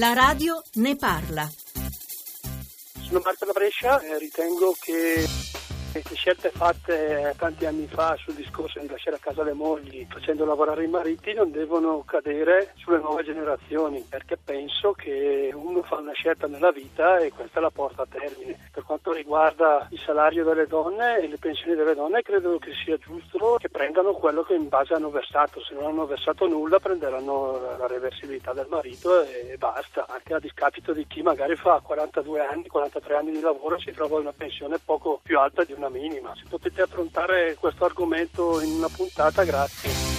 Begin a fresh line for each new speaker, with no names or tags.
La radio ne parla.
Sono Marco da Brescia e ritengo che le scelte fatte tanti anni fa sul discorso di lasciare a casa le mogli facendo lavorare i mariti non devono cadere sulle nuove generazioni, perché penso che uno fa una scelta nella vita e questa la porta a termine. Per quanto riguarda il salario delle donne e le pensioni delle donne, credo che sia giusto che prendano quello che in base hanno versato. Se non hanno versato nulla prenderanno la reversibilità del marito e basta, anche a discapito di chi magari fa 42 anni, 43 anni di lavoro e si trova una pensione poco più alta di una minima. Se potete affrontare questo argomento in una puntata, grazie.